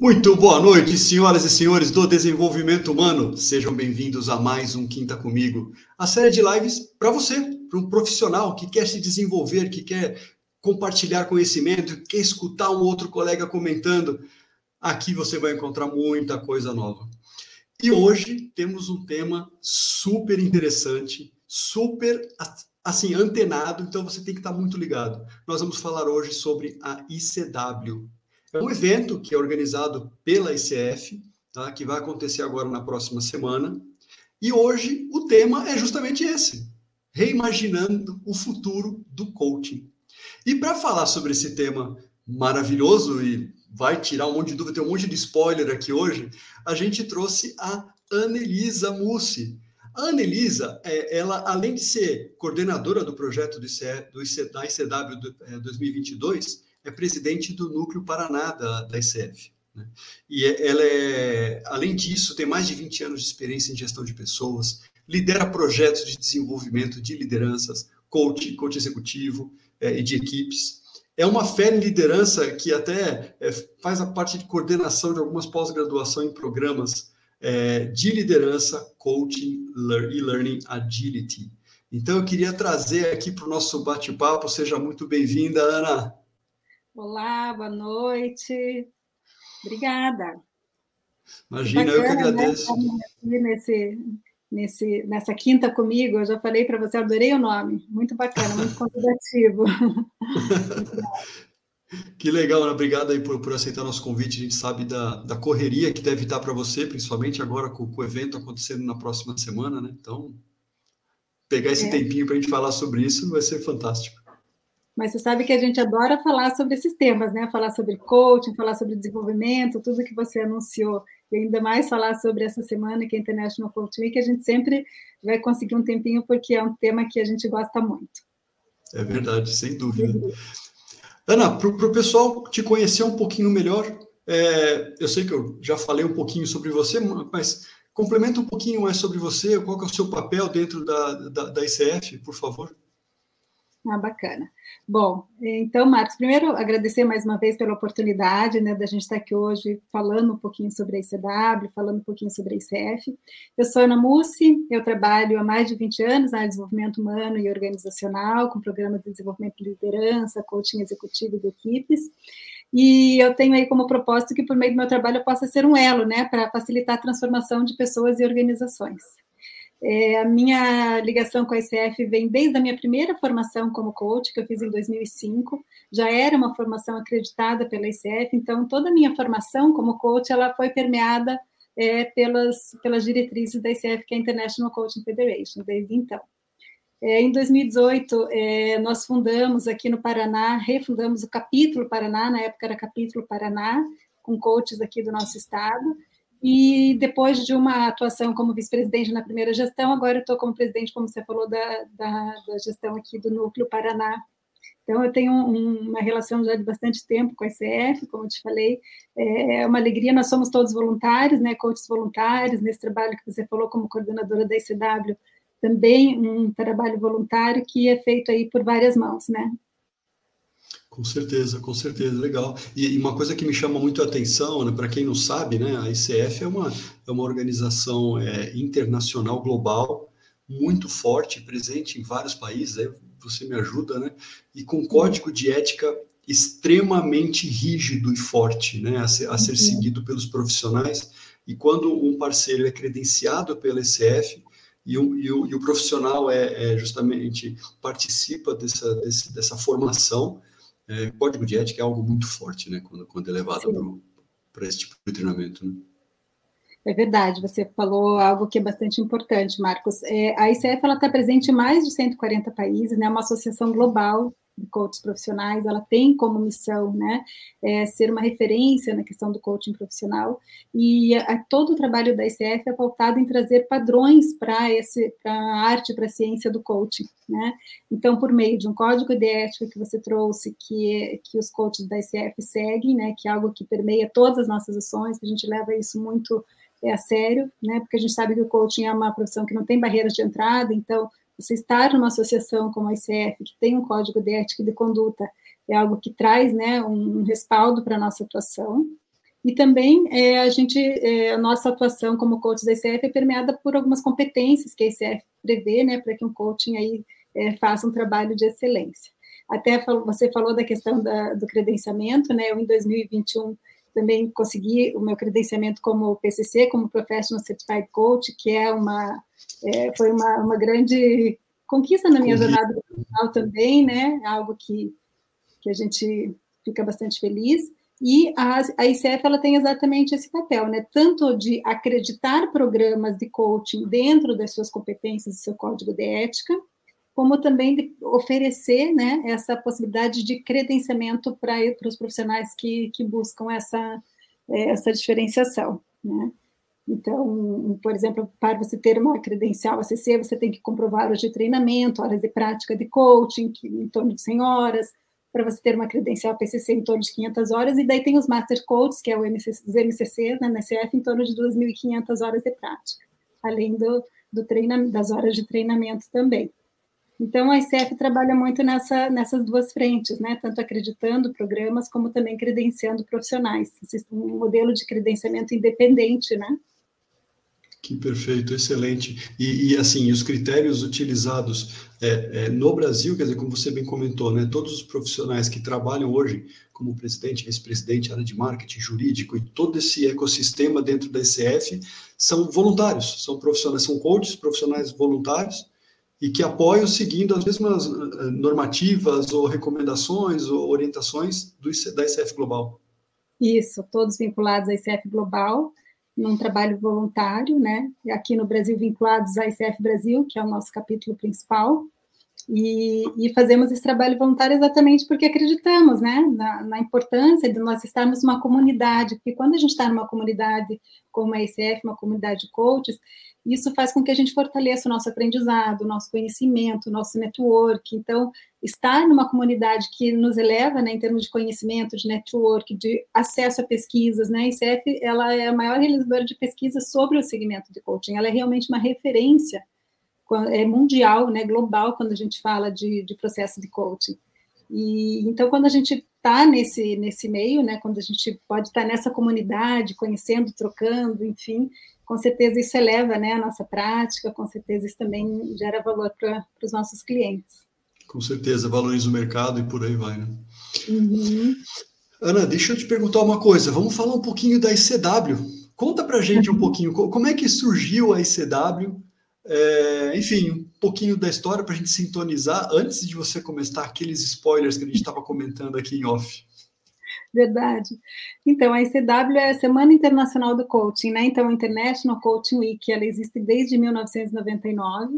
Muito boa noite, senhoras e senhores do desenvolvimento humano. Sejam bem-vindos a mais um Quinta Comigo, a série de lives para você, para um profissional que quer se desenvolver, que quer compartilhar conhecimento, que quer escutar um outro colega comentando. Aqui você vai encontrar muita coisa nova. E hoje temos um tema super interessante, super assim antenado, então você tem que estar muito ligado. Nós vamos falar hoje sobre a ICW. É um evento que é organizado pela ICF, tá? Que vai acontecer agora na próxima semana. E hoje o tema é justamente esse: reimaginando o futuro do coaching. E para falar sobre esse tema maravilhoso e vai tirar um monte de dúvida, tem um monte de spoiler aqui hoje, a gente trouxe a Anelisa Mussi. A Anelisa, ela, além de ser coordenadora do projeto da ICW 2022, é presidente do Núcleo Paraná da ICF. Né? E ela além disso, tem mais de 20 anos de experiência em gestão de pessoas, lidera projetos de desenvolvimento de lideranças, coach executivo e de equipes. É uma fera em liderança que até faz a parte de coordenação de algumas pós-graduação em programas de liderança, coaching e learning agility. Então, eu queria trazer aqui para o nosso bate-papo. Seja muito bem-vinda, Ana. Olá, boa noite. Obrigada. Imagina, eu que agradeço. Né, nessa quinta comigo, eu já falei para você, adorei o nome. Muito bacana, muito convidativo. Que legal, Ana. Obrigado aí por aceitar nosso convite. A gente sabe da correria que deve estar para você, principalmente agora com o evento acontecendo na próxima semana, né? Então, pegar esse tempinho para a gente falar sobre isso vai ser fantástico. Mas você sabe que a gente adora falar sobre esses temas, né? Falar sobre coaching, falar sobre desenvolvimento, tudo que você anunciou. E ainda mais falar sobre essa semana, que é International Coaching Week, que a gente sempre vai conseguir um tempinho, porque é um tema que a gente gosta muito. É verdade, sem dúvida. Ana, para o pessoal te conhecer um pouquinho melhor, eu sei que eu já falei um pouquinho sobre você, mas complementa um pouquinho mais sobre você, qual que é o seu papel dentro da ICF, por favor. Ah, bacana. Bom, então, Marcos, primeiro agradecer mais uma vez pela oportunidade, né, da gente estar aqui hoje falando um pouquinho sobre a ICW, falando um pouquinho sobre a ICF. Eu sou Ana Mussi, eu trabalho há mais de 20 anos na área de desenvolvimento humano e organizacional, com programas de desenvolvimento de liderança, coaching executivo de equipes, e eu tenho aí como propósito que, por meio do meu trabalho, eu possa ser um elo, né, para facilitar a transformação de pessoas e organizações. A minha ligação com a ICF vem desde a minha primeira formação como coach, que eu fiz em 2005. Já era uma formação acreditada pela ICF, então toda a minha formação como coach ela foi permeada pelas diretrizes da ICF, que é a International Coaching Federation, desde então. Em 2018, nós fundamos aqui no Paraná, refundamos o Capítulo Paraná, na época era Capítulo Paraná, com coaches aqui do nosso estado. E depois de uma atuação como vice-presidente na primeira gestão, agora eu estou como presidente, como você falou, da gestão aqui do Núcleo Paraná. Então, eu tenho uma relação já de bastante tempo com a ICF, como eu te falei, é uma alegria, nós somos todos voluntários, né, coaches voluntários, nesse trabalho que você falou como coordenadora da ICW, também um trabalho voluntário que é feito aí por várias mãos, né? Com certeza, legal. E uma coisa que me chama muito a atenção, né, para quem não sabe, né, a ICF é uma organização internacional, global, muito forte, presente em vários países, aí você me ajuda, né, e com código de ética extremamente rígido e forte, né, a ser seguido pelos profissionais. E quando um parceiro é credenciado pela ICF, e o profissional justamente participa dessa formação, código de ética é algo muito forte, né, quando é levado para esse tipo de treinamento, né? É verdade, você falou algo que é bastante importante, Marcos. A ICF está presente em mais de 140 países, né, uma associação global de coaches profissionais, ela tem como missão, né, ser uma referência na questão do coaching profissional, e todo o trabalho da ICF é pautado em trazer padrões para a arte, para a ciência do coaching, né? Então, por meio de um código de ética que você trouxe, que os coaches da ICF seguem, né, que é algo que permeia todas as nossas ações, que a gente leva isso muito a sério, né, porque a gente sabe que o coaching é uma profissão que não tem barreiras de entrada, então você estar numa associação como a ICF, que tem um código de ética e de conduta, é algo que traz, né, um respaldo para a nossa atuação. E também a nossa atuação como coach da ICF é permeada por algumas competências que a ICF prevê, né, para que um coaching aí faça um trabalho de excelência. Até você falou da questão do credenciamento, né? Eu em 2021 também consegui o meu credenciamento como PCC, como Professional Certified Coach, que foi uma grande conquista na minha jornada profissional também, né? Algo que a gente fica bastante feliz. E a ICF ela tem exatamente esse papel, né? Tanto de acreditar programas de coaching dentro das suas competências, do seu código de ética, como também de oferecer, né, essa possibilidade de credenciamento para os profissionais que buscam essa diferenciação, né? Então, por exemplo, para você ter uma credencial ACC, você tem que comprovar horas de treinamento, horas de prática de coaching, em torno de 100 horas, para você ter uma credencial PCC em torno de 500 horas, e daí tem os Master Coaches, que é os MCCs, né, na CF, em torno de 2.500 horas de prática, além das horas de treinamento também. Então, a ICF trabalha muito nessas duas frentes, né? Tanto acreditando programas, como também credenciando profissionais. Um modelo de credenciamento independente, né? Que perfeito, excelente. Assim, os critérios utilizados no Brasil, quer dizer, como você bem comentou, né? Todos os profissionais que trabalham hoje como presidente, vice-presidente, área de marketing, jurídico e todo esse ecossistema dentro da ICF são voluntários, são profissionais, são coaches, profissionais voluntários, e que apoiam seguindo as mesmas normativas ou recomendações ou orientações da ICF Global. Isso, todos vinculados à ICF Global, num trabalho voluntário, né? Aqui no Brasil, vinculados à ICF Brasil, que é o nosso capítulo principal, e fazemos esse trabalho voluntário exatamente porque acreditamos, né, na importância de nós estarmos numa comunidade, porque quando a gente está numa comunidade como a ICF, uma comunidade de coaches, isso faz com que a gente fortaleça o nosso aprendizado, o nosso conhecimento, o nosso network. Então, estar numa comunidade que nos eleva, né, em termos de conhecimento, de network, de acesso a pesquisas, né, a ICF, ela é a maior realizadora de pesquisas sobre o segmento de coaching, ela é realmente uma referência mundial, né, global, quando a gente fala de processo de coaching. E então, quando a gente está nesse meio, né, quando a gente pode estar nessa comunidade, conhecendo, trocando, enfim, com certeza isso eleva, né, a nossa prática, com certeza isso também gera valor para os nossos clientes. Com certeza, valoriza o mercado e por aí vai, né? Uhum. Ana, deixa eu te perguntar uma coisa. Vamos falar um pouquinho da ICW. Conta pra gente um pouquinho como é que surgiu a ICW. Enfim, um pouquinho da história para a gente sintonizar antes de você começar aqueles spoilers que a gente estava comentando aqui em off. Verdade. Então, a ICW é a Semana Internacional do Coaching, né? Então, a International Coaching Week, ela existe desde 1999.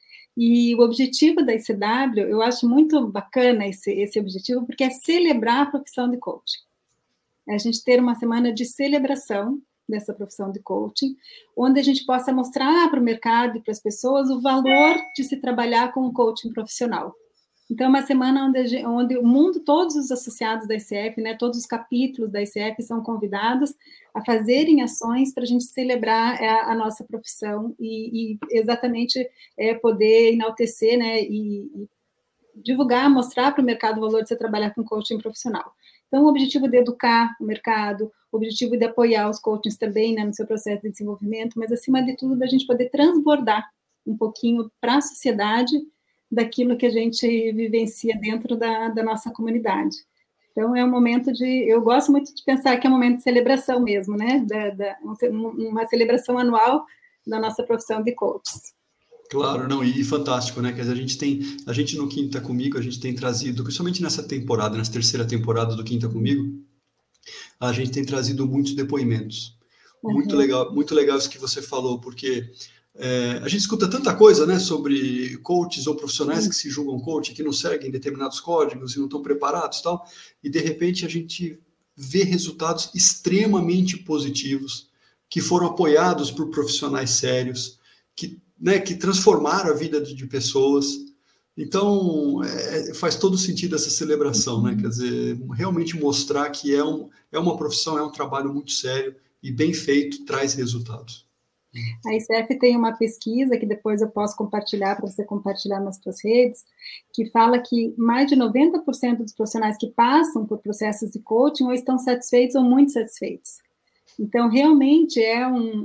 E o objetivo da ICW, eu acho muito bacana esse objetivo, porque é celebrar a profissão de coaching. É a gente ter uma semana de celebração dessa profissão de coaching, onde a gente possa mostrar para o mercado e para as pessoas o valor de se trabalhar com um coaching profissional. Então, é uma semana onde o mundo, todos os associados da ICF, né, todos os capítulos da ICF são convidados a fazerem ações para a gente celebrar a nossa profissão e exatamente poder enaltecer, né, e divulgar, mostrar para o mercado o valor de você trabalhar com coaching profissional. Então, o objetivo de educar o mercado, o objetivo de apoiar os coachings também, né, no seu processo de desenvolvimento, mas, acima de tudo, da gente poder transbordar um pouquinho para a sociedade daquilo que a gente vivencia dentro da nossa comunidade. Então, é um momento eu gosto muito de pensar que é um momento de celebração mesmo, né, uma celebração anual da nossa profissão de coaches. Claro, não, e fantástico, né? Quer dizer, a gente no Quinta Comigo, a gente tem trazido, principalmente nessa temporada, nessa terceira temporada do Quinta Comigo, a gente tem trazido muitos depoimentos. Muito legal isso que você falou, porque a gente escuta tanta coisa, né, sobre coaches ou profissionais que se julgam coach, que não seguem determinados códigos e não estão preparados e tal, e de repente a gente vê resultados extremamente positivos, que foram apoiados por profissionais sérios, que transformaram a vida de pessoas. Então, faz todo sentido essa celebração, né? Quer dizer, realmente mostrar que é uma profissão, é um trabalho muito sério e bem feito, traz resultados. A ICF tem uma pesquisa que depois eu posso compartilhar para você compartilhar nas suas redes, que fala que mais de 90% dos profissionais que passam por processos de coaching ou estão satisfeitos ou muito satisfeitos. Então, realmente é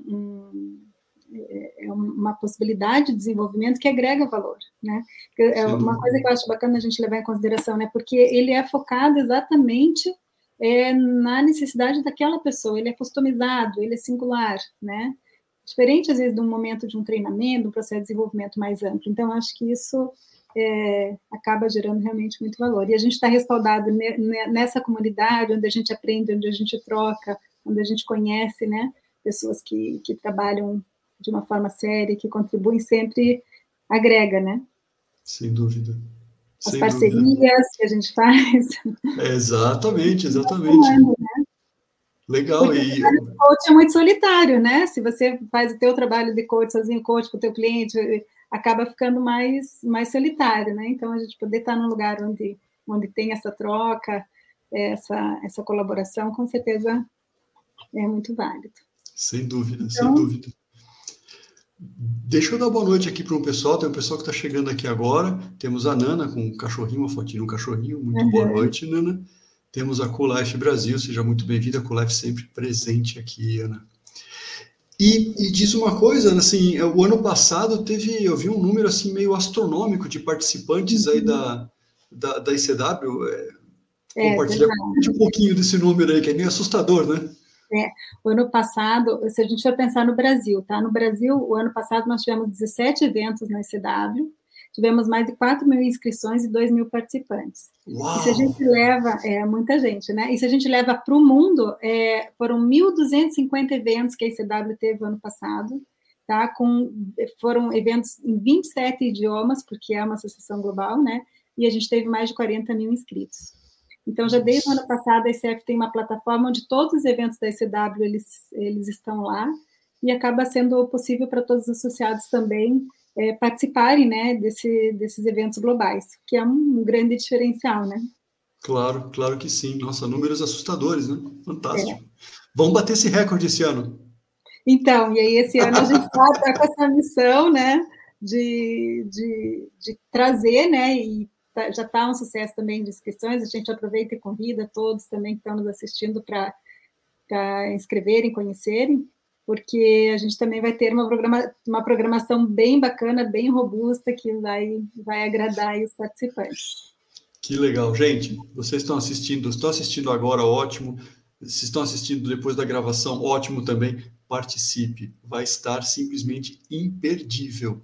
uma possibilidade de desenvolvimento que agrega valor, né? É uma coisa que eu acho bacana a gente levar em consideração, né? Porque ele é focado exatamente na necessidade daquela pessoa, ele é customizado, ele é singular, né? Diferente, às vezes, de um momento de um treinamento, de um processo de desenvolvimento mais amplo. Então, acho que isso acaba gerando realmente muito valor. E a gente está respaldado nessa comunidade, onde a gente aprende, onde a gente troca, onde a gente conhece, né? Pessoas que trabalham de uma forma séria, que contribuem sempre, agrega, né? Sem dúvida. As parcerias que a gente faz. Exatamente. Legal. Porque o coach é muito solitário, né? Se você faz o teu trabalho de coach sozinho, coach com o teu cliente, acaba ficando mais solitário, né? Então, a gente poder estar num lugar onde tem essa troca, essa colaboração, com certeza é muito válido. Sem dúvida. Deixa eu dar boa noite aqui para um pessoal. Tem um pessoal que está chegando aqui agora. Temos a Nana com um cachorrinho, uma fotinha de um cachorrinho. Muito boa noite, Nana. Temos a Coolife Brasil. Seja muito bem-vinda. A Coolife sempre presente aqui, Ana. E diz uma coisa, assim, o ano passado eu vi um número assim meio astronômico de participantes aí da ICW. Compartilha um pouquinho desse número aí, que é meio assustador, né? O ano passado, se a gente for pensar no Brasil, tá? No Brasil, o ano passado nós tivemos 17 eventos na ICW, tivemos mais de 4 mil inscrições e 2 mil participantes. Uau! E se a gente leva, muita gente, né? E se a gente leva para o mundo, foram 1.250 eventos que a ICW teve ano passado, tá? Foram eventos em 27 idiomas, porque é uma associação global, né? E a gente teve mais de 40 mil inscritos. Então, já desde o ano passado, a ICF tem uma plataforma onde todos os eventos da ICW, eles estão lá, e acaba sendo possível para todos os associados também participarem, né, desses eventos globais, que é um grande diferencial, né? Claro que sim. Nossa, números assustadores, né? Fantástico. Vamos bater esse recorde esse ano. Então, e aí esse ano a gente está com essa missão, né, de trazer, né, e já está um sucesso também de inscrições, a gente aproveita e convida todos também que estão nos assistindo para inscreverem, conhecerem, porque a gente também vai ter uma programação bem bacana, bem robusta, que vai agradar os participantes. Que legal. Gente, vocês estão assistindo agora, ótimo. Se estão assistindo depois da gravação, ótimo também. Participe. Vai estar simplesmente imperdível.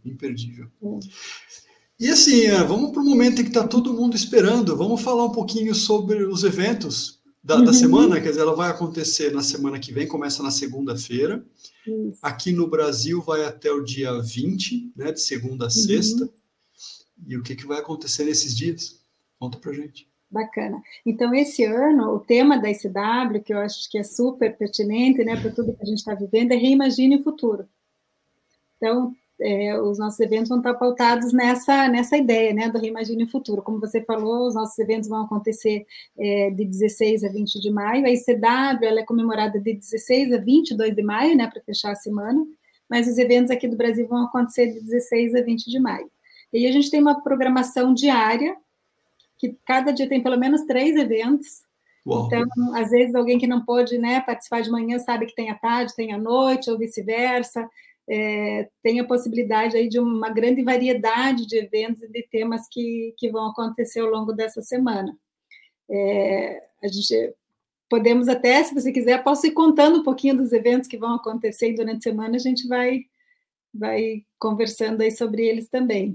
E assim, vamos para o momento em que está todo mundo esperando. Vamos falar um pouquinho sobre os eventos da semana. Quer dizer, ela vai acontecer na semana que vem, começa na segunda-feira. Aqui no Brasil vai até o dia 20, né, de segunda a sexta. E o que vai acontecer nesses dias? Conta pra gente. Bacana. Então, esse ano, o tema da ICW, que eu acho que é super pertinente, né, para tudo que a gente está vivendo, é Reimagine o Futuro. Então, os nossos eventos vão estar pautados nessa ideia, né, do Reimagine o Futuro. Como você falou, os nossos eventos vão acontecer de 16 a 20 de maio. A ICW, ela é comemorada de 16 a 22 de maio, né, para fechar a semana, mas os eventos aqui do Brasil vão acontecer de 16 a 20 de maio. E aí a gente tem uma programação diária, que cada dia tem pelo menos 3 eventos. Uau. Então, às vezes, alguém que não pôde, né, participar de manhã sabe que tem à tarde, tem à noite, ou vice-versa. Tem a possibilidade aí de uma grande variedade de eventos e de temas que vão acontecer ao longo dessa semana. A gente podemos até, se você quiser, posso ir contando um pouquinho dos eventos que vão acontecer durante a semana, a gente vai conversando aí sobre eles também.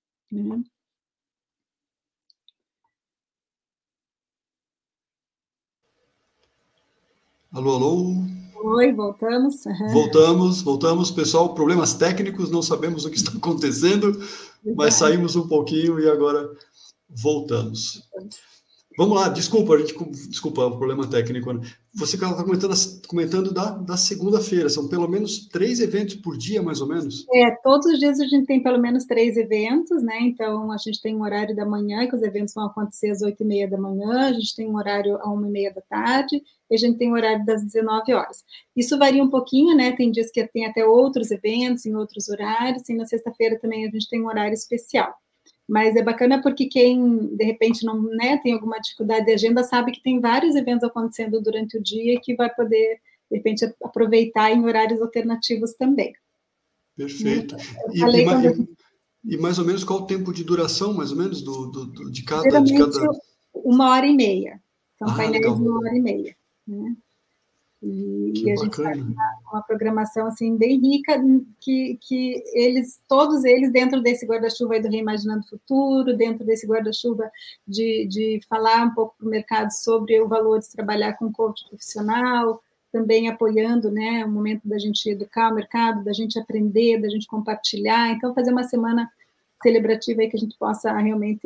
Alô? Oi, voltamos. Voltamos, pessoal. Problemas técnicos, não sabemos o que está acontecendo, mas saímos um pouquinho e agora voltamos. Vamos lá, desculpa o problema técnico. Você está comentando da segunda-feira, são pelo menos 3 eventos por dia, mais ou menos? Todos os dias a gente tem pelo menos 3 eventos, né? Então, a gente tem um horário da manhã, que os eventos vão acontecer às 8h30 da manhã, a gente tem um horário às 1h30 da tarde, e a gente tem um horário das 19 horas. Isso varia um pouquinho, né? Tem dias que tem até outros eventos, em outros horários, e na sexta-feira também a gente tem um horário especial. Mas é bacana porque quem, de repente, não, né, tem alguma dificuldade de agenda, sabe que tem vários eventos acontecendo durante o dia e que vai poder de repente, aproveitar em horários alternativos também. Perfeito. E mais ou menos qual o tempo de duração, mais ou menos, de cada... Geralmente, 1h30. São painéis legal. de 1h30. Né? E a gente faz uma programação assim, bem rica, que todos eles, dentro desse guarda-chuva do Reimaginando o Futuro, dentro desse guarda-chuva de falar um pouco para o mercado sobre o valor de trabalhar com coach profissional, também apoiando, né, o momento da gente educar o mercado, da gente aprender, da gente compartilhar. Então, fazer uma semana celebrativa aí que a gente possa realmente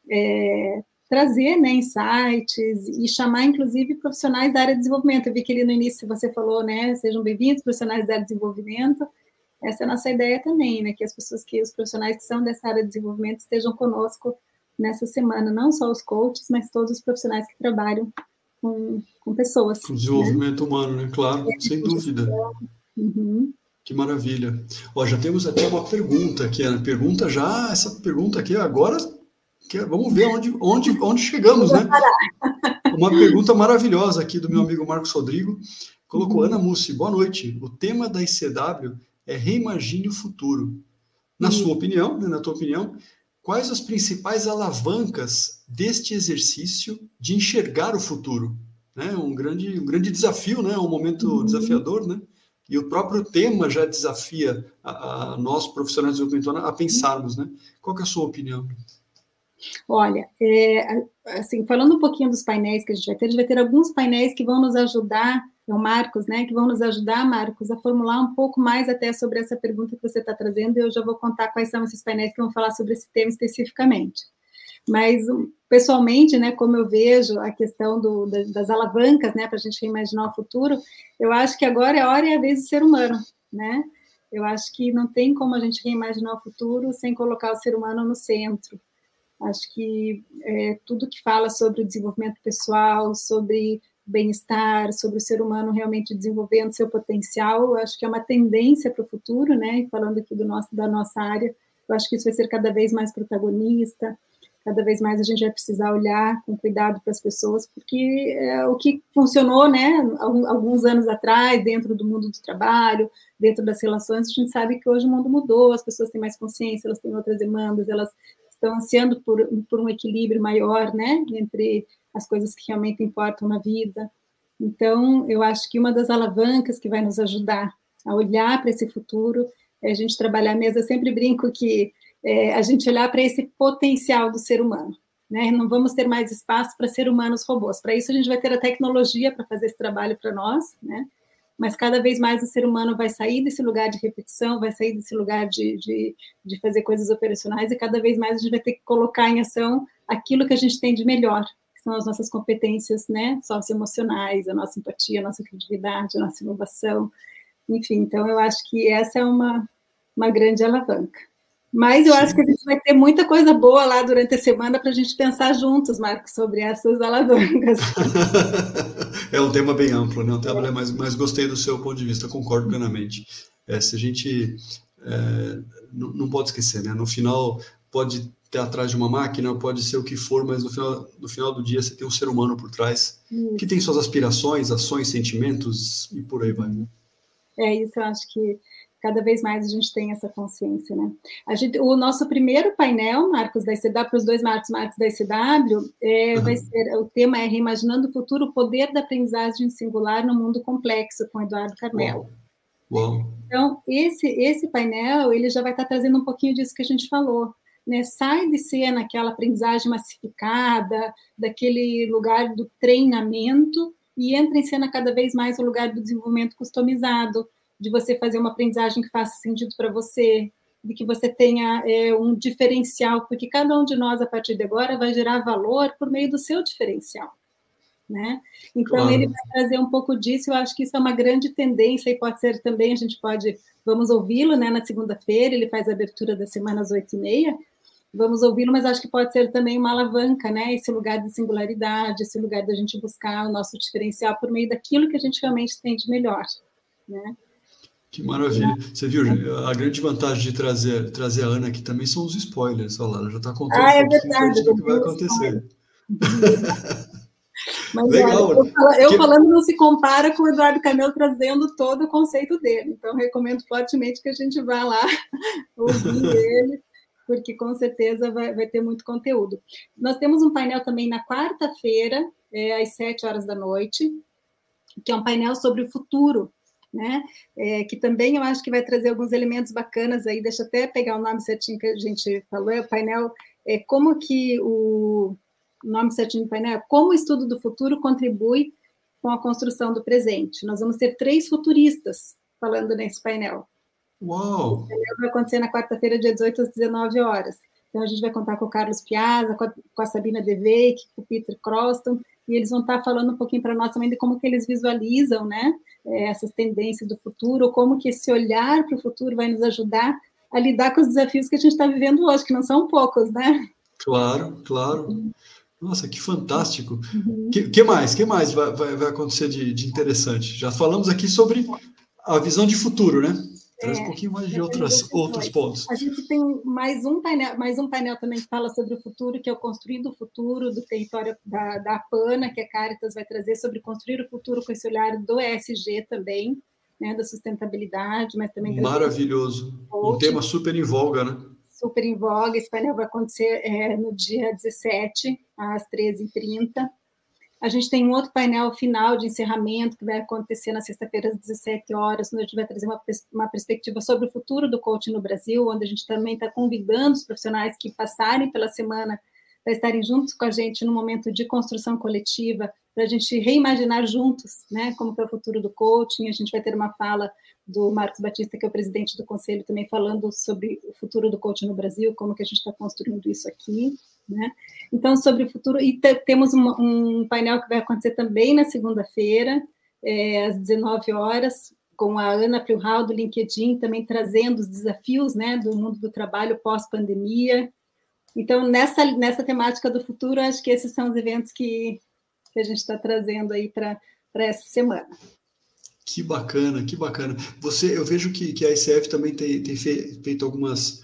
trazer, né, insights e chamar, inclusive, profissionais da área de desenvolvimento. Eu vi que ali no início você falou, né, sejam bem-vindos, profissionais da área de desenvolvimento. Essa é a nossa ideia também, né, que os profissionais que são dessa área de desenvolvimento estejam conosco nessa semana, não só os coaches, mas todos os profissionais que trabalham com pessoas. Com desenvolvimento humano, né? Claro, sem dúvida. Uhum. Que maravilha. Ó, já temos até uma pergunta aqui, Ana. Essa pergunta aqui agora, vamos ver onde chegamos, né? Uma pergunta maravilhosa aqui do meu amigo Marcos Rodrigo. Colocou, Ana Mussi, boa noite. O tema da ICW é Reimagine o Futuro. Na sua opinião, né, na tua opinião, quais as principais alavancas deste exercício de enxergar o futuro? Né? Um grande desafio, né? Um momento desafiador, né? E o próprio tema já desafia a nós, profissionais de desenvolvimento, a pensarmos, né? Qual que é a sua opinião? Olha, assim, falando um pouquinho dos painéis que a gente vai ter alguns painéis que vão nos ajudar, o Marcos, né, que vão nos ajudar, Marcos, a formular um pouco mais até sobre essa pergunta que você está trazendo, e eu já vou contar quais são esses painéis que vão falar sobre esse tema especificamente. Mas, pessoalmente, né, como eu vejo a questão das alavancas, né, para a gente reimaginar o futuro, eu acho que agora é a hora e a vez do ser humano, né? Eu acho que não tem como a gente reimaginar o futuro sem colocar o ser humano no centro. Acho que tudo que fala sobre o desenvolvimento pessoal, sobre bem-estar, sobre o ser humano realmente desenvolvendo seu potencial, acho que é uma tendência para o futuro, né? Falando aqui da nossa área, eu acho que isso vai ser cada vez mais protagonista, cada vez mais a gente vai precisar olhar com cuidado para as pessoas, porque o que funcionou, né, alguns anos atrás, dentro do mundo do trabalho, dentro das relações, a gente sabe que hoje o mundo mudou, as pessoas têm mais consciência, elas têm outras demandas, elas estão ansiando por um equilíbrio maior, né, entre as coisas que realmente importam na vida. Então, eu acho que uma das alavancas que vai nos ajudar a olhar para esse futuro é a gente trabalhar mesmo. Eu sempre brinco que a gente olhar para esse potencial do ser humano, né? Não vamos ter mais espaço para ser humanos robôs. Para isso, a gente vai ter a tecnologia para fazer esse trabalho para nós, né? Mas cada vez mais o ser humano vai sair desse lugar de repetição, vai sair desse lugar de fazer coisas operacionais, e cada vez mais a gente vai ter que colocar em ação aquilo que a gente tem de melhor, que são as nossas competências, né, socioemocionais, a nossa empatia, a nossa criatividade, a nossa inovação, enfim. Então, eu acho que essa é uma grande alavanca. Mas eu acho que a gente vai ter muita coisa boa lá durante a semana para a gente pensar juntos, Marcos, sobre essas alavancas. É um tema bem amplo, né? Um tema, mas gostei do seu ponto de vista, concordo plenamente. Se a gente não pode esquecer, né? No final, pode ter atrás de uma máquina, pode ser o que for, mas no final do dia você tem um ser humano por trás, que tem suas aspirações, ações, sentimentos e por aí vai. Né? Isso, eu acho que cada vez mais a gente tem essa consciência, né? O nosso primeiro painel, Marcos da ICW, para os dois Marcos da ICW, vai ser, o tema é Reimaginando o Futuro, o Poder da Aprendizagem Singular no Mundo Complexo, com Eduardo Carmelo. Uau. Então, esse painel, ele já vai estar trazendo um pouquinho disso que a gente falou, né? Sai de ser naquela aprendizagem massificada, daquele lugar do treinamento, e entra em cena cada vez mais o lugar do desenvolvimento customizado, de você fazer uma aprendizagem que faça sentido para você, de que você tenha um diferencial, porque cada um de nós, a partir de agora, vai gerar valor por meio do seu diferencial, né? Então, claro. Ele vai trazer um pouco disso, eu acho que isso é uma grande tendência, e pode ser também, vamos ouvi-lo, né, na segunda-feira, ele faz a abertura da semana às 8h30, vamos ouvi-lo, mas acho que pode ser também uma alavanca, né, esse lugar de singularidade, esse lugar da gente buscar o nosso diferencial por meio daquilo que a gente realmente tem de melhor, né? Que maravilha. Você viu, a grande vantagem de trazer a Ana aqui também são os spoilers. Olha lá, ela já está contando um pouquinho para a gente do que vai acontecer. Mas Legal. olha, eu falando não se compara com o Eduardo Camelo trazendo todo o conceito dele. Então, recomendo fortemente que a gente vá lá ouvir ele, porque com certeza vai ter muito conteúdo. Nós temos um painel também na quarta-feira, às 7 horas da noite, que é um painel sobre o futuro, né? Que também eu acho que vai trazer alguns elementos bacanas aí. Deixa eu até pegar o nome certinho que a gente falou. É o painel, como que o nome certinho do painel, como o estudo do futuro contribui com a construção do presente. Nós vamos ter 3 futuristas falando nesse painel. Uau! O painel vai acontecer na quarta-feira, dia 18, às 19 horas. Então, a gente vai contar com o Carlos Piazza, com a Sabina Devey, com o Peter Croston, e eles vão estar falando um pouquinho para nós também de como que eles visualizam, né, essas tendências do futuro, como que esse olhar para o futuro vai nos ajudar a lidar com os desafios que a gente está vivendo hoje, que não são poucos, né? Claro, claro. Nossa, que fantástico. Que mais? Que mais vai acontecer de interessante? Já falamos aqui sobre a visão de futuro, né? Traz um pouquinho mais de outros pontos. A gente tem mais um painel também que fala sobre o futuro, que é o Construindo o Futuro, do território da APANA, que a Caritas vai trazer sobre construir o futuro com esse olhar do ESG também, né, da sustentabilidade, mas também... Maravilhoso. Um tema super em voga, né? Super em voga. Esse painel vai acontecer no dia 17, às 13h30. A gente tem um outro painel final de encerramento que vai acontecer na sexta-feira às 17 horas, onde a gente vai trazer uma perspectiva sobre o futuro do coaching no Brasil, onde a gente também está convidando os profissionais que passarem pela semana para estarem juntos com a gente no momento de construção coletiva, para a gente reimaginar juntos, né, como que é o futuro do coaching. A gente vai ter uma fala do Marcos Batista, que é o presidente do conselho, também falando sobre o futuro do coaching no Brasil, como que a gente está construindo isso aqui, né? Então, sobre o futuro, e temos um painel que vai acontecer também na segunda-feira, às 19 horas, com a Ana Plihal, do LinkedIn, também trazendo os desafios, né, do mundo do trabalho pós-pandemia. Então, nessa temática do futuro, acho que esses são os eventos que a gente está trazendo aí para essa semana. Que bacana, que bacana. Eu vejo que a ICF também tem feito algumas...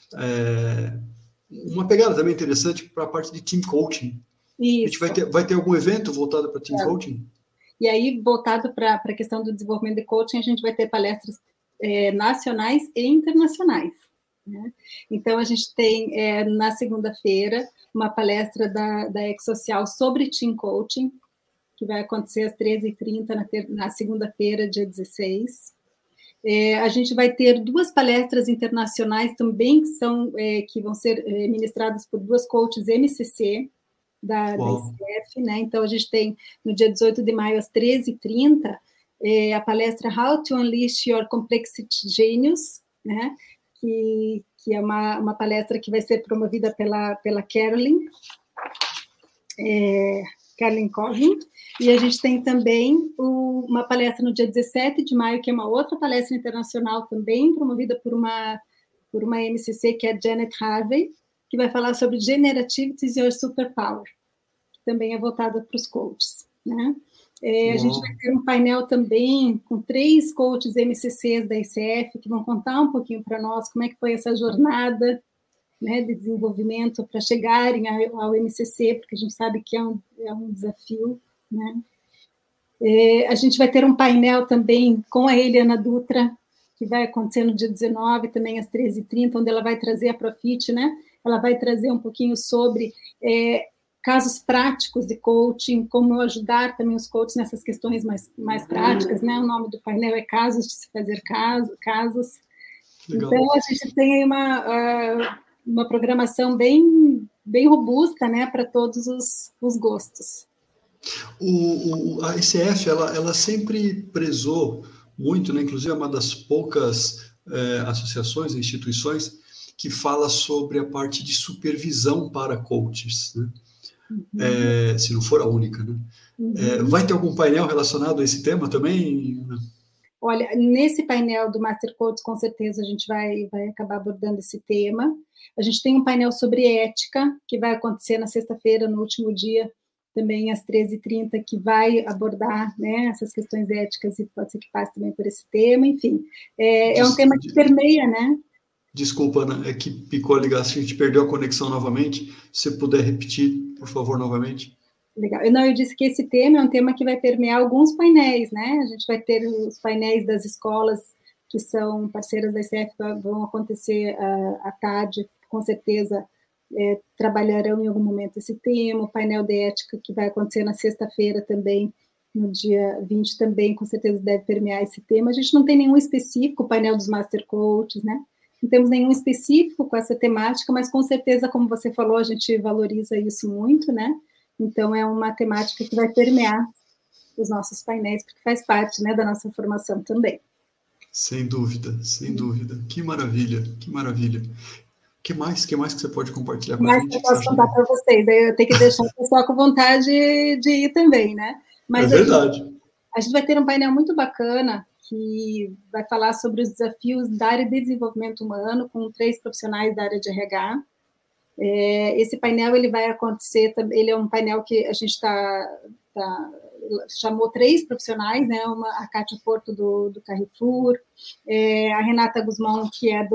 uma pegada também interessante para a parte de team coaching. Isso. A gente vai ter algum evento voltado para team coaching? E aí, voltado para a questão do desenvolvimento de coaching, a gente vai ter palestras nacionais e internacionais, né? Então, a gente tem, na segunda-feira, uma palestra da EcoSocial sobre team coaching, que vai acontecer às 13h30 na segunda-feira, dia 16. A gente vai ter 2 palestras internacionais também, que vão ser ministradas por 2 coaches MCC da ICF, né? Então, a gente tem, no dia 18 de maio, às 13h30, a palestra How to Unleash Your Complexity Genius, né? Que é uma palestra que vai ser promovida pela Carolyn Cohen. E a gente tem também uma palestra no dia 17 de maio, que é uma outra palestra internacional também, promovida por uma MCC, que é a Janet Harvey, que vai falar sobre Generativity is Your Superpower, que também é voltada para os coaches, né? A gente vai ter um painel também com 3 coaches MCCs da ICF, que vão contar um pouquinho para nós como é que foi essa jornada, né, de desenvolvimento para chegarem ao MCC, porque a gente sabe que é um desafio, né? A gente vai ter um painel também com a Eliana Dutra, que vai acontecer no dia 19, também às 13h30, onde ela vai trazer a Profit, né? Ela vai trazer um pouquinho sobre casos práticos de coaching, como ajudar também os coaches nessas questões mais práticas, né? O nome do painel é Casos de se Fazer Casos. Legal. Então, a gente tem aí uma programação bem robusta, né, para todos os gostos. A ICF, ela sempre prezou muito, né, inclusive é uma das poucas associações, instituições, que fala sobre a parte de supervisão para coaches, né? Se não for a única, né? Vai ter algum painel relacionado a esse tema também? Olha, nesse painel do Master Coach, com certeza a gente vai acabar abordando esse tema. A gente tem um painel sobre ética, que vai acontecer na sexta-feira, no último dia, também às 13h30, que vai abordar, né, essas questões éticas, e pode ser que passe também por esse tema, enfim. É um tema que permeia, né? Desculpa, Ana, é que picou a ligação, a gente perdeu a conexão novamente. Se você puder repetir, por favor, novamente. Legal. Eu disse que esse tema é um tema que vai permear alguns painéis, né? A gente vai ter os painéis das escolas que são parceiras da ICF, vão acontecer à tarde, com certeza trabalharão em algum momento esse tema, o painel de ética que vai acontecer na sexta-feira também, no dia 20 também, com certeza deve permear esse tema. A gente não tem nenhum específico, o painel dos Master Coaches, né? Não temos nenhum específico com essa temática, mas com certeza, como você falou, a gente valoriza isso muito, né? Então, é uma temática que vai permear os nossos painéis, porque faz parte, né, da nossa formação também. Sem dúvida, sem dúvida. Que maravilha, que maravilha. Que mais que você pode compartilhar com a gente? Eu posso contar para vocês, aí eu tenho que deixar o pessoal com vontade de ir também, né? Mas é verdade. A gente vai ter um painel muito bacana que vai falar sobre os desafios da área de desenvolvimento humano com 3 profissionais da área de RH. Esse painel ele vai acontecer, ele é um painel que a gente chamou 3 profissionais, né? A Cátia Porto do Carrefour, a Renata Guzmão, que é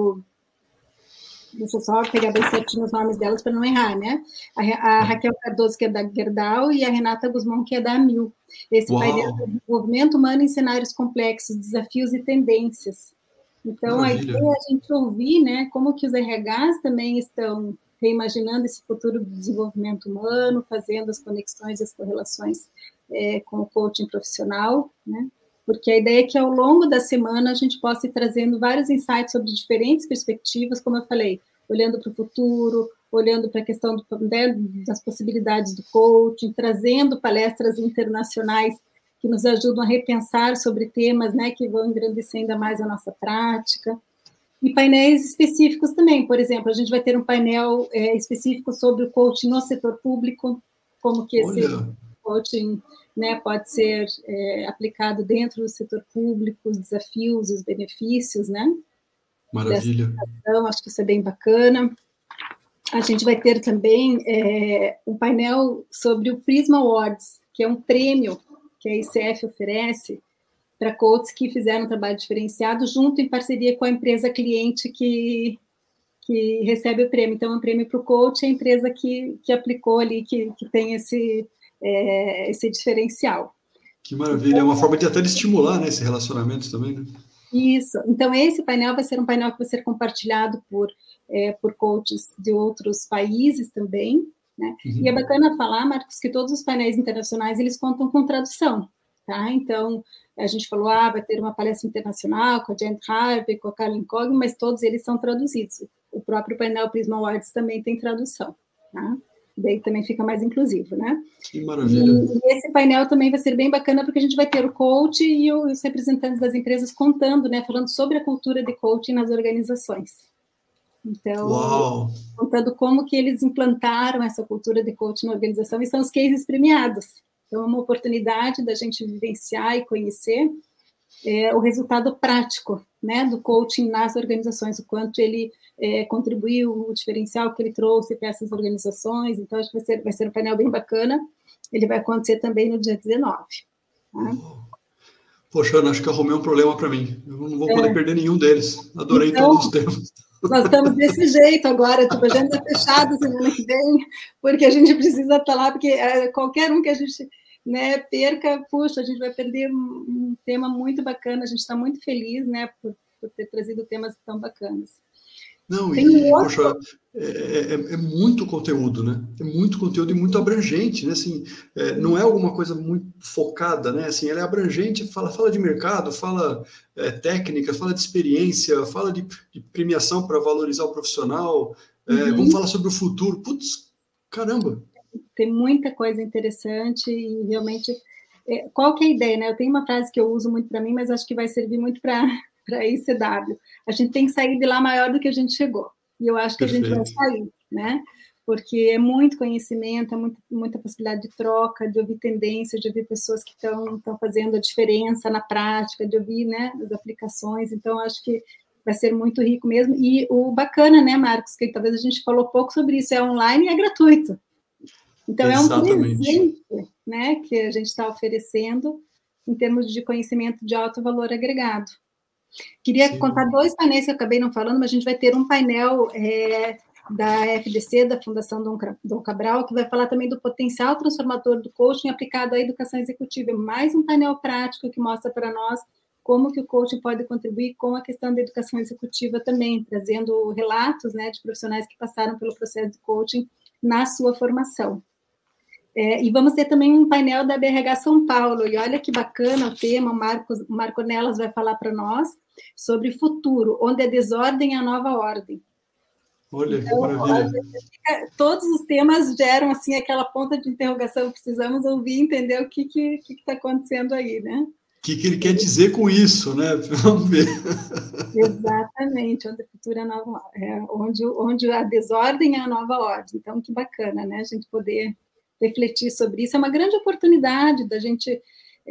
deixa eu só pegar bem certinho os nomes delas para não errar, né? A Raquel Cardoso, que é da Gerdau, e a Renata Guzmão, que é da Amil. Esse painel é desenvolvimento humano em cenários complexos, desafios e tendências. Então, maravilha. A ideia é a gente ouvir, né, como que os RHs também estão reimaginando esse futuro do desenvolvimento humano, fazendo as conexões e as correlações com o coaching profissional, né? Porque a ideia é que, ao longo da semana, a gente possa ir trazendo vários insights sobre diferentes perspectivas, como eu falei, olhando para o futuro, olhando para a questão das possibilidades do coaching, trazendo palestras internacionais que nos ajudam a repensar sobre temas, né, que vão engrandecer ainda mais a nossa prática. E painéis específicos também, por exemplo, a gente vai ter um painel específico sobre o coaching no setor público, como que esse coaching, né, pode ser aplicado dentro do setor público, os desafios, os benefícios, né? Maravilha. Acho que isso é bem bacana. A gente vai ter também um painel sobre o Prisma Awards, que é um prêmio que a ICF oferece para coaches que fizeram um trabalho diferenciado, junto em parceria com a empresa cliente que recebe o prêmio. Então, é um prêmio para o coach, a empresa que aplicou ali, que tem esse diferencial. Que maravilha, então, é uma forma de até de estimular, né, esse relacionamento também, né? Isso. Então, esse painel vai ser um painel que vai ser compartilhado por coaches de outros países também, né? E é bacana falar, Marcos, que todos os painéis internacionais, eles contam com tradução, tá? Então, a gente falou, vai ter uma palestra internacional com a Jen Harvey, com a Carolyn Cogman, mas todos eles são traduzidos. O próprio painel Prisma Awards também tem tradução, tá? Daí também fica mais inclusivo, né? Que maravilha. E esse painel também vai ser bem bacana, porque a gente vai ter o coach e os representantes das empresas contando, né? Falando sobre a cultura de coaching nas organizações. Então, contando como que eles implantaram essa cultura de coaching na organização, e são os cases premiados. Então, é uma oportunidade da gente vivenciar e conhecer o resultado prático, né, do coaching nas organizações, o quanto ele contribuiu, o diferencial que ele trouxe para essas organizações. Então, acho que vai ser um painel bem bacana. Ele vai acontecer também no dia 19. Tá? Poxa, Ana, acho que arrumei um problema para mim. Eu não vou poder perder nenhum deles. Adorei então, todos os temas. Nós estamos desse jeito agora, tipo, a gente está fechado semana que vem, porque a gente precisa estar lá, porque qualquer um que a gente perca, puxa, a gente vai perder um tema muito bacana, a gente está muito feliz, né, por ter trazido temas tão bacanas. Não, poxa, é muito conteúdo, né? É muito conteúdo e muito abrangente, né? Assim, não é alguma coisa muito focada, né? Assim, ela é abrangente, fala de mercado, fala técnicas, fala de experiência, fala de premiação para valorizar o profissional, vamos falar sobre o futuro. Putz, caramba! Tem muita coisa interessante e realmente... qual que é a ideia, né? Eu tenho uma frase que eu uso muito para mim, mas acho que vai servir muito para a ICW. A gente tem que sair de lá maior do que a gente chegou. E eu acho que Perfeito. A gente vai sair, né? Porque é muito conhecimento, é muita possibilidade de troca, de ouvir tendência, de ouvir pessoas que estão fazendo a diferença na prática, de ouvir, né, as aplicações. Então, acho que vai ser muito rico mesmo. E o bacana, né, Marcos, que talvez a gente falou pouco sobre isso, é online e é gratuito. Então, Exatamente. É um presente, né, que a gente está oferecendo em termos de conhecimento de alto valor agregado. Queria contar 2 painéis que eu acabei não falando, mas a gente vai ter um painel da FDC, da Fundação Dom Cabral, que vai falar também do potencial transformador do coaching aplicado à educação executiva. Mais um painel prático que mostra para nós como que o coaching pode contribuir com a questão da educação executiva também, trazendo relatos, né, de profissionais que passaram pelo processo de coaching na sua formação. E vamos ter também um painel da BRH São Paulo, e olha que bacana o tema, o Marco Nelas vai falar para nós sobre futuro, onde a desordem é a nova ordem. Olha, então, que maravilha. Todos os temas geram, assim, aquela ponta de interrogação, precisamos ouvir, entender o que está acontecendo aí, né? O que ele quer dizer com isso, né? Vamos ver. Exatamente, onde a cultura é a nova, onde a desordem é a nova ordem. Então, que bacana, né? A gente poder refletir sobre isso. É uma grande oportunidade da gente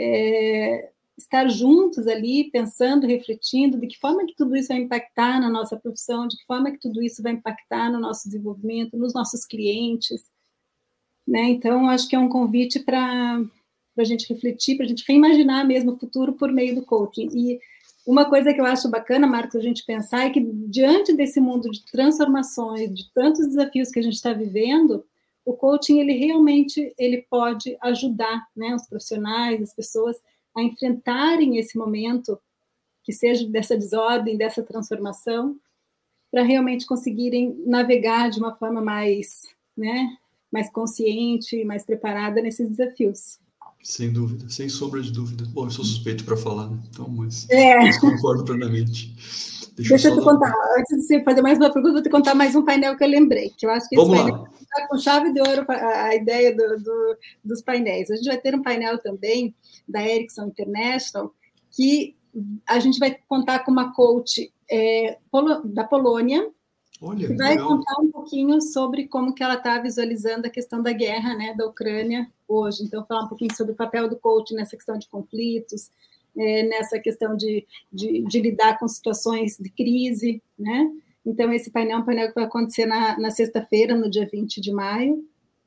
estar juntos ali, pensando, refletindo, de que forma que tudo isso vai impactar na nossa profissão, de que forma que tudo isso vai impactar no nosso desenvolvimento, nos nossos clientes, né? Então, acho que é um convite para a gente refletir, para a gente reimaginar mesmo o futuro por meio do coaching. E uma coisa que eu acho bacana, Marcos, a gente pensar é que diante desse mundo de transformações, de tantos desafios que a gente está vivendo, o coaching, ele realmente pode ajudar, né, os profissionais, as pessoas a enfrentarem esse momento, que seja dessa desordem, dessa transformação, para realmente conseguirem navegar de uma forma mais, né, mais consciente, mais preparada nesses desafios. Sem dúvida, sem sombra de dúvida. Bom, eu sou suspeito para falar, né? Então, mas concordo plenamente. Deixa eu te contar, antes de você fazer mais uma pergunta, vou te contar mais um painel que eu lembrei, que eu acho que esse painel está com chave de ouro a ideia dos painéis. A gente vai ter um painel também da Ericsson International, que a gente vai contar com uma coach da Polônia, que vai contar um pouquinho sobre como que ela está visualizando a questão da guerra, né, da Ucrânia hoje. Então, falar um pouquinho sobre o papel do coach nessa questão de conflitos, nessa questão de lidar com situações de crise, né? Então, esse painel é um painel que vai acontecer na sexta-feira, no dia 20 de maio,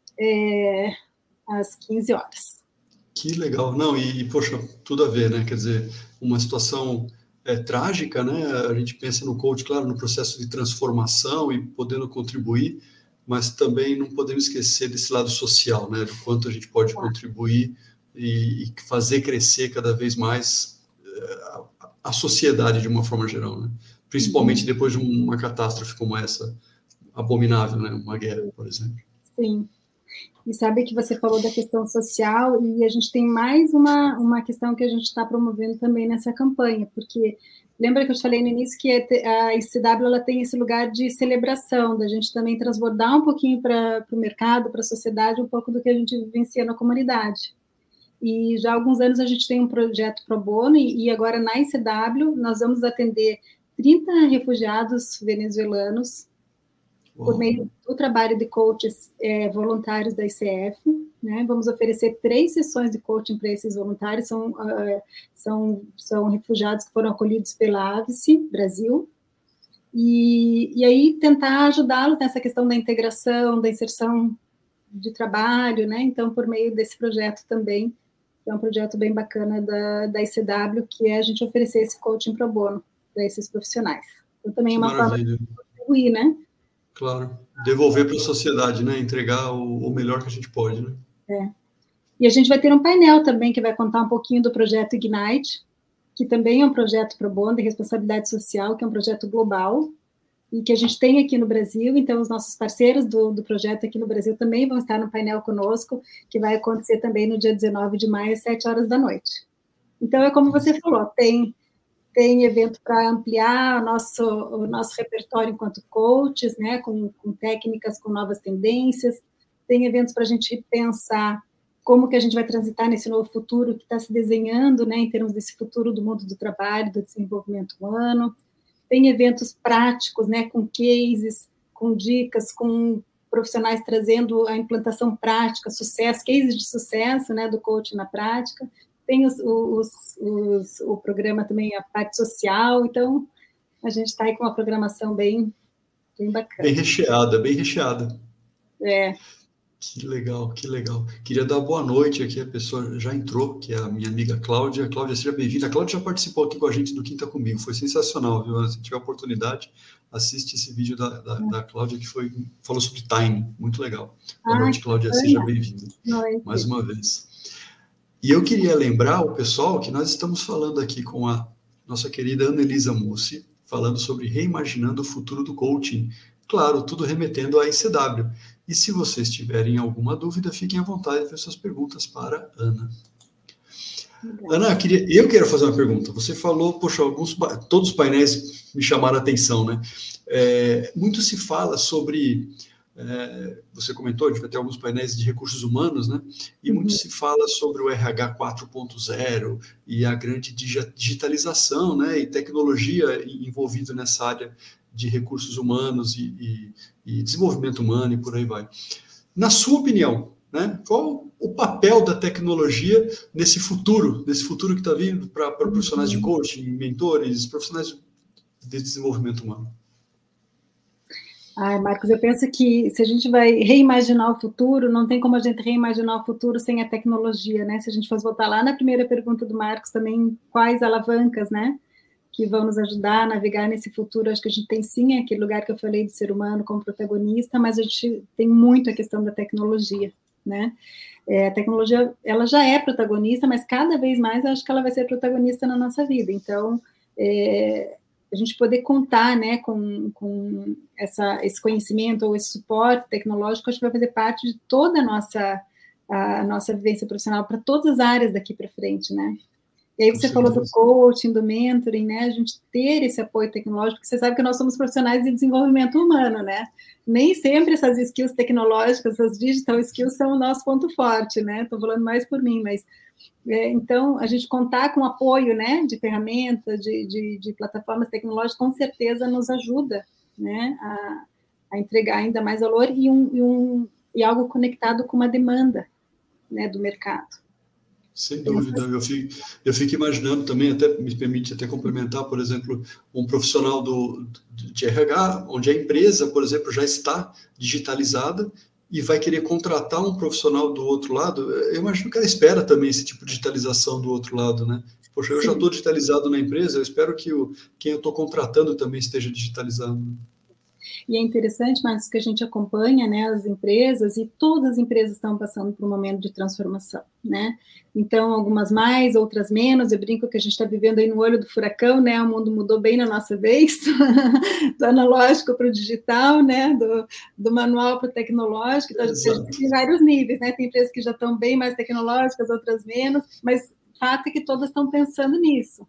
às 15 horas. Que legal. Não, poxa, tudo a ver, né? Quer dizer, uma situação trágica, né? A gente pensa no coach, claro, no processo de transformação e podendo contribuir, mas também não podemos esquecer desse lado social, né? Do quanto a gente pode contribuir e fazer crescer cada vez mais a sociedade de uma forma geral, né? Principalmente depois de uma catástrofe como essa, abominável, né? Uma guerra, por exemplo. Sim. E sabe que você falou da questão social, e a gente tem mais uma questão que a gente está promovendo também nessa campanha, porque lembra que eu te falei no início que a ICW ela tem esse lugar de celebração, da gente também transbordar um pouquinho para o mercado, para a sociedade, um pouco do que a gente vivencia na comunidade. E já há alguns anos a gente tem um projeto pro bono, e agora na ICW nós vamos atender 30 refugiados venezuelanos por meio do trabalho de coaches voluntários da ICF, né? Vamos oferecer 3 sessões de coaching para esses voluntários, são refugiados que foram acolhidos pela AVSE Brasil, e aí tentar ajudá-los nessa questão da integração, da inserção de trabalho, né? Então, por meio desse projeto também, que é um projeto bem bacana da ICW, que é a gente oferecer esse coaching pro bono para esses profissionais. Então, também é uma forma de contribuir, né? Claro, devolver para a sociedade, né? Entregar o melhor que a gente pode, né? E a gente vai ter um painel também que vai contar um pouquinho do projeto Ignite, que também é um projeto pro bono de responsabilidade social, que é um projeto global, e que a gente tem aqui no Brasil. Então, os nossos parceiros do projeto aqui no Brasil também vão estar no painel conosco, que vai acontecer também no dia 19 de maio, às 7 horas da noite. Então, é como você falou, tem evento para ampliar o nosso repertório enquanto coaches, né, com técnicas, com novas tendências, tem eventos para a gente pensar como que a gente vai transitar nesse novo futuro que está se desenhando, né, em termos desse futuro do mundo do trabalho, do desenvolvimento humano. Tem eventos práticos, né, com cases, com dicas, com profissionais trazendo a implantação prática, sucesso, cases de sucesso, né, do coaching na prática. Tem o programa também, a parte social, então a gente está aí com uma programação bem bacana. Bem recheada, bem recheada. Que legal, que legal. Queria dar boa noite aqui, a pessoa já entrou, que é a minha amiga Cláudia. Cláudia, seja bem-vinda. A Cláudia já participou aqui com a gente do Quinta Comigo, foi sensacional, viu? Se tiver oportunidade, assiste esse vídeo da Cláudia, que falou sobre time, muito legal. Boa noite, Que Cláudia, seja bacana. bem-vinda mais Noite. uma vez. E eu queria lembrar o pessoal que nós estamos falando aqui com a nossa querida Ana Elisa Mussi, falando sobre reimaginando o futuro do coaching. Claro, tudo remetendo à ICW. E se vocês tiverem alguma dúvida, fiquem à vontade de fazer suas perguntas para a Ana. Legal. Ana, eu quero fazer uma pergunta. Você falou, poxa, todos os painéis me chamaram a atenção, né? Muito se fala sobre, você comentou, a gente vai ter alguns painéis de recursos humanos, né? E muito se fala sobre o RH 4.0 e a grande digitalização, né? E tecnologia envolvida nessa área de recursos humanos e desenvolvimento humano e por aí vai. Na sua opinião, né, qual o papel da tecnologia nesse futuro que está vindo para profissionais de coaching, mentores, profissionais de desenvolvimento humano? Ai, Marcos, eu penso que se a gente vai reimaginar o futuro, não tem como a gente reimaginar o futuro sem a tecnologia, né? Se a gente fosse voltar lá na primeira pergunta do Marcos também, quais alavancas, né, que vão nos ajudar a navegar nesse futuro? Acho que a gente tem sim aquele lugar que eu falei do ser humano como protagonista, mas a gente tem muito a questão da tecnologia, né? A tecnologia, ela já é protagonista, mas cada vez mais eu acho que ela vai ser protagonista na nossa vida. Então, a gente poder contar, né, com esse conhecimento ou esse suporte tecnológico, acho que vai fazer parte de toda a nossa vivência profissional para todas as áreas daqui para frente, né? E aí você falou do coaching, do mentoring, né? A gente ter esse apoio tecnológico, porque você sabe que nós somos profissionais de desenvolvimento humano, né? Nem sempre essas skills tecnológicas, essas digital skills são o nosso ponto forte, né? Estou falando mais por mim, mas então a gente contar com apoio, né, de ferramentas, de plataformas tecnológicas, com certeza nos ajuda, né, a entregar ainda mais valor e algo conectado com uma demanda, né, do mercado. Sem dúvida, eu fico imaginando também, até me permite até complementar, por exemplo, um profissional de RH, onde a empresa, por exemplo, já está digitalizada e vai querer contratar um profissional do outro lado. Eu imagino que ela espera também esse tipo de digitalização do outro lado, né? Poxa, eu já estou digitalizado na empresa, eu espero que quem eu estou contratando também esteja digitalizado. E é interessante, mas que a gente acompanha, né, as empresas, e todas as empresas estão passando por um momento de transformação, né? Então, algumas mais, outras menos. Eu brinco que a gente está vivendo aí no olho do furacão, né? O mundo mudou bem na nossa vez, do analógico para o digital, né? Do manual para o tecnológico. Então, a gente tem vários níveis, né? Tem empresas que já estão bem mais tecnológicas, outras menos, mas o fato é que todas estão pensando nisso.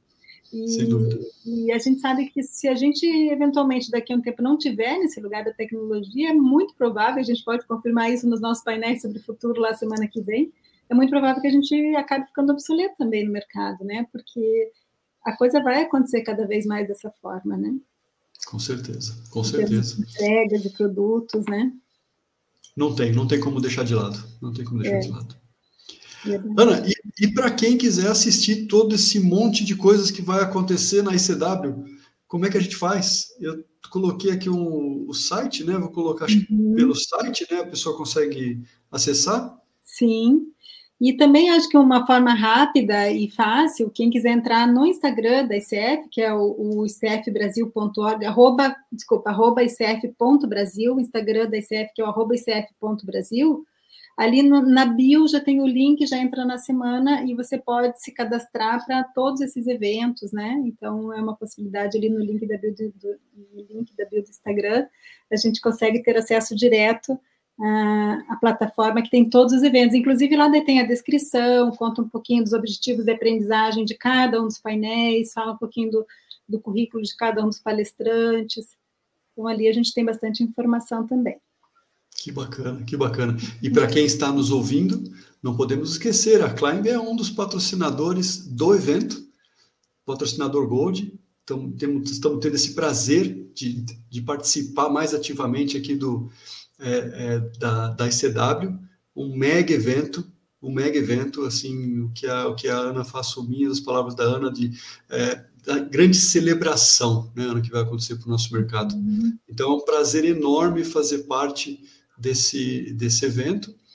E a gente sabe que se a gente, eventualmente, daqui a um tempo não tiver nesse lugar da tecnologia, é muito provável, a gente pode confirmar isso nos nossos painéis sobre o futuro lá semana que vem, é muito provável que a gente acabe ficando obsoleto também no mercado, né? Porque a coisa vai acontecer cada vez mais dessa forma, né? Com certeza, com certeza. Entregas de produtos, né? Não tem como deixar de lado, não tem como deixar de lado. Verdade. Ana, e para quem quiser assistir todo esse monte de coisas que vai acontecer na ICW, como é que a gente faz? Eu coloquei aqui o site, né? Vou colocar pelo site, né? A pessoa consegue acessar? Sim. E também acho que uma forma rápida e fácil, quem quiser entrar no Instagram da ICF, que é o icfbrasil.org, arroba icf.brasil, o Instagram da ICF, que é o @icf.brasil, ali na bio já tem o link, já entra na semana e você pode se cadastrar para todos esses eventos, né? Então, é uma possibilidade ali no link da bio do Instagram, a gente consegue ter acesso direto à plataforma que tem todos os eventos. Inclusive, lá tem a descrição, conta um pouquinho dos objetivos de aprendizagem de cada um dos painéis, fala um pouquinho do currículo de cada um dos palestrantes. Então, ali a gente tem bastante informação também. Que bacana, que bacana. E para quem está nos ouvindo, não podemos esquecer, a Climb é um dos patrocinadores do evento, patrocinador Gold. Então, estamos tendo esse prazer de participar mais ativamente aqui da ICW, um mega evento, assim, o que a Ana faz sumir, as palavras da Ana, da grande celebração, né, Ana, que vai acontecer para o nosso mercado. Então, é um prazer enorme fazer parte desse evento.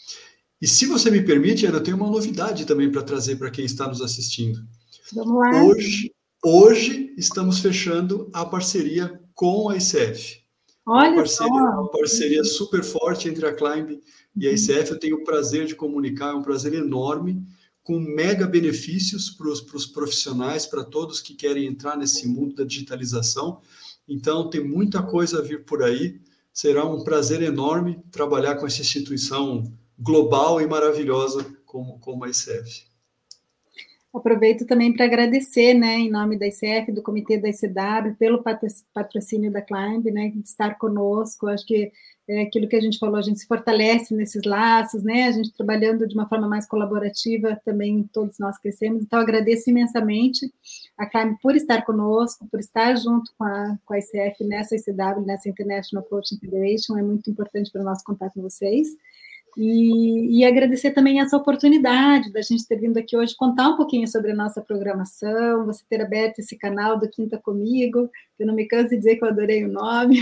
E se você me permite, Ana, eu tenho uma novidade também para trazer para quem está nos assistindo. Vamos lá. Hoje estamos fechando a parceria com a ICF. Olha só. Uma parceria super forte entre a Climb e a ICF. Eu tenho o prazer de comunicar, é um prazer enorme, com mega benefícios para os profissionais, para todos que querem entrar nesse mundo da digitalização. Então, tem muita coisa a vir por aí. Será um prazer enorme trabalhar com essa instituição global e maravilhosa como a ICF. Aproveito também para agradecer, né, em nome da ICF, do Comitê da ICW, pelo patrocínio da Climb, né, de estar conosco. Acho que é aquilo que a gente falou, a gente se fortalece nesses laços, né, a gente trabalhando de uma forma mais colaborativa, também todos nós crescemos. Então, agradeço imensamente a Climb por estar conosco, por estar junto com a ICF nessa ICW, nessa International Coaching Federation. É muito importante para o nosso contato com vocês. E agradecer também essa oportunidade da gente ter vindo aqui hoje contar um pouquinho sobre a nossa programação, você ter aberto esse canal do Quinta Comigo, que eu não me canso de dizer que eu adorei o nome.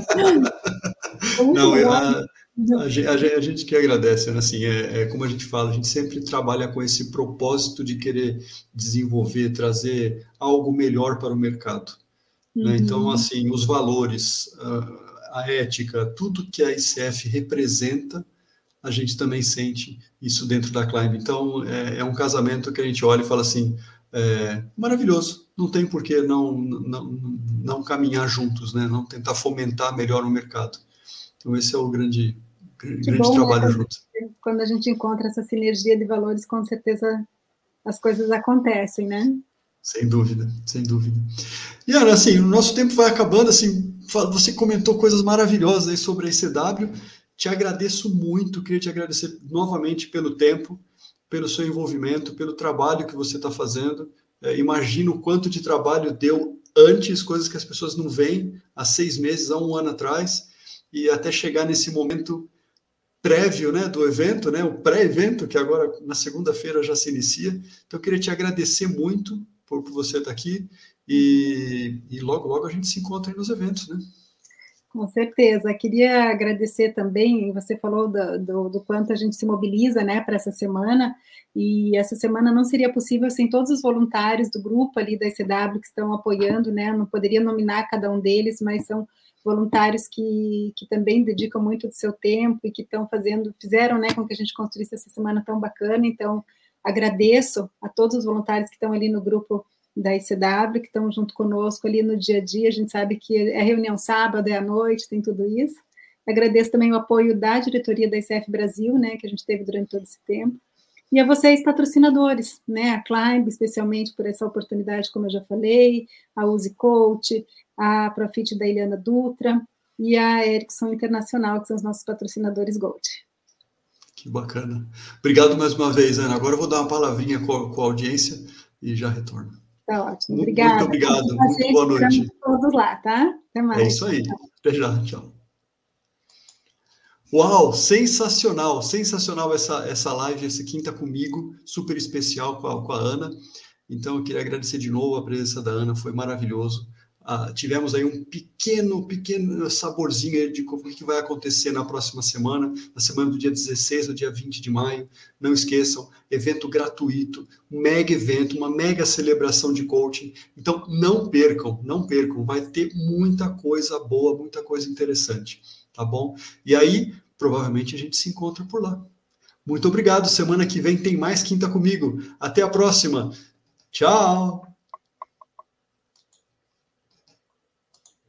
Não, a gente que agradece, né? Assim, como a gente fala, a gente sempre trabalha com esse propósito de querer desenvolver, trazer algo melhor para o mercado. Né? Então, assim, os valores, a ética, tudo que a ICF representa, a gente também sente isso dentro da Climb. Então, é um casamento que a gente olha e fala assim, maravilhoso, não tem por que não caminhar juntos, né? Não tentar fomentar melhor o mercado. Então, esse é o grande trabalho, né? Junto. Quando a gente encontra essa sinergia de valores, com certeza as coisas acontecem, né? Sem dúvida, sem dúvida. E, Ana, assim, o nosso tempo vai acabando, assim, você comentou coisas maravilhosas aí sobre a ICW. Te agradeço muito, queria te agradecer novamente pelo tempo, pelo seu envolvimento, pelo trabalho que você está fazendo. Imagino o quanto de trabalho deu antes, coisas que as pessoas não veem há 6 meses, há 1 ano atrás, e até chegar nesse momento prévio, né, do evento, né, o pré-evento, que agora na segunda-feira já se inicia. Então, eu queria te agradecer muito por você estar aqui, e logo, logo a gente se encontra aí nos eventos, né? Com certeza. Queria agradecer também, você falou do quanto a gente se mobiliza, né, para essa semana, e essa semana não seria possível sem todos os voluntários do grupo ali da ICW que estão apoiando, né, não poderia nominar cada um deles, mas são voluntários que também dedicam muito do seu tempo e que fizeram, né, com que a gente construísse essa semana tão bacana. Então, agradeço a todos os voluntários que estão ali no grupo da ICW, que estão junto conosco ali no dia a dia. A gente sabe que é reunião sábado, é à noite, tem tudo isso. Agradeço também o apoio da diretoria da ICF Brasil, né, que a gente teve durante todo esse tempo. E a vocês, patrocinadores, né, a Climb, especialmente por essa oportunidade, como eu já falei, a Uzi Coach, a Profit da Eliana Dutra e a Ericsson Internacional, que são os nossos patrocinadores Gold. Que bacana. Obrigado mais uma vez, Ana. Agora eu vou dar uma palavrinha com a audiência e já retorno. Tá ótimo, obrigada. Muito obrigado, muito boa noite. Todos lá, tá? Até mais. É isso aí. Até já, tchau. Uau, sensacional, sensacional essa live, esse Quinta Comigo, super especial com a Ana. Então, eu queria agradecer de novo a presença da Ana, foi maravilhoso. Tivemos aí um pequeno saborzinho de o que vai acontecer na próxima semana, na semana do dia 16 ao dia 20 de maio. Não esqueçam, evento gratuito, um mega evento, uma mega celebração de coaching. Então, não percam, vai ter muita coisa boa, muita coisa interessante, tá bom? E aí, provavelmente a gente se encontra por lá. Muito obrigado, semana que vem tem mais Quinta Comigo. Até a próxima. Tchau!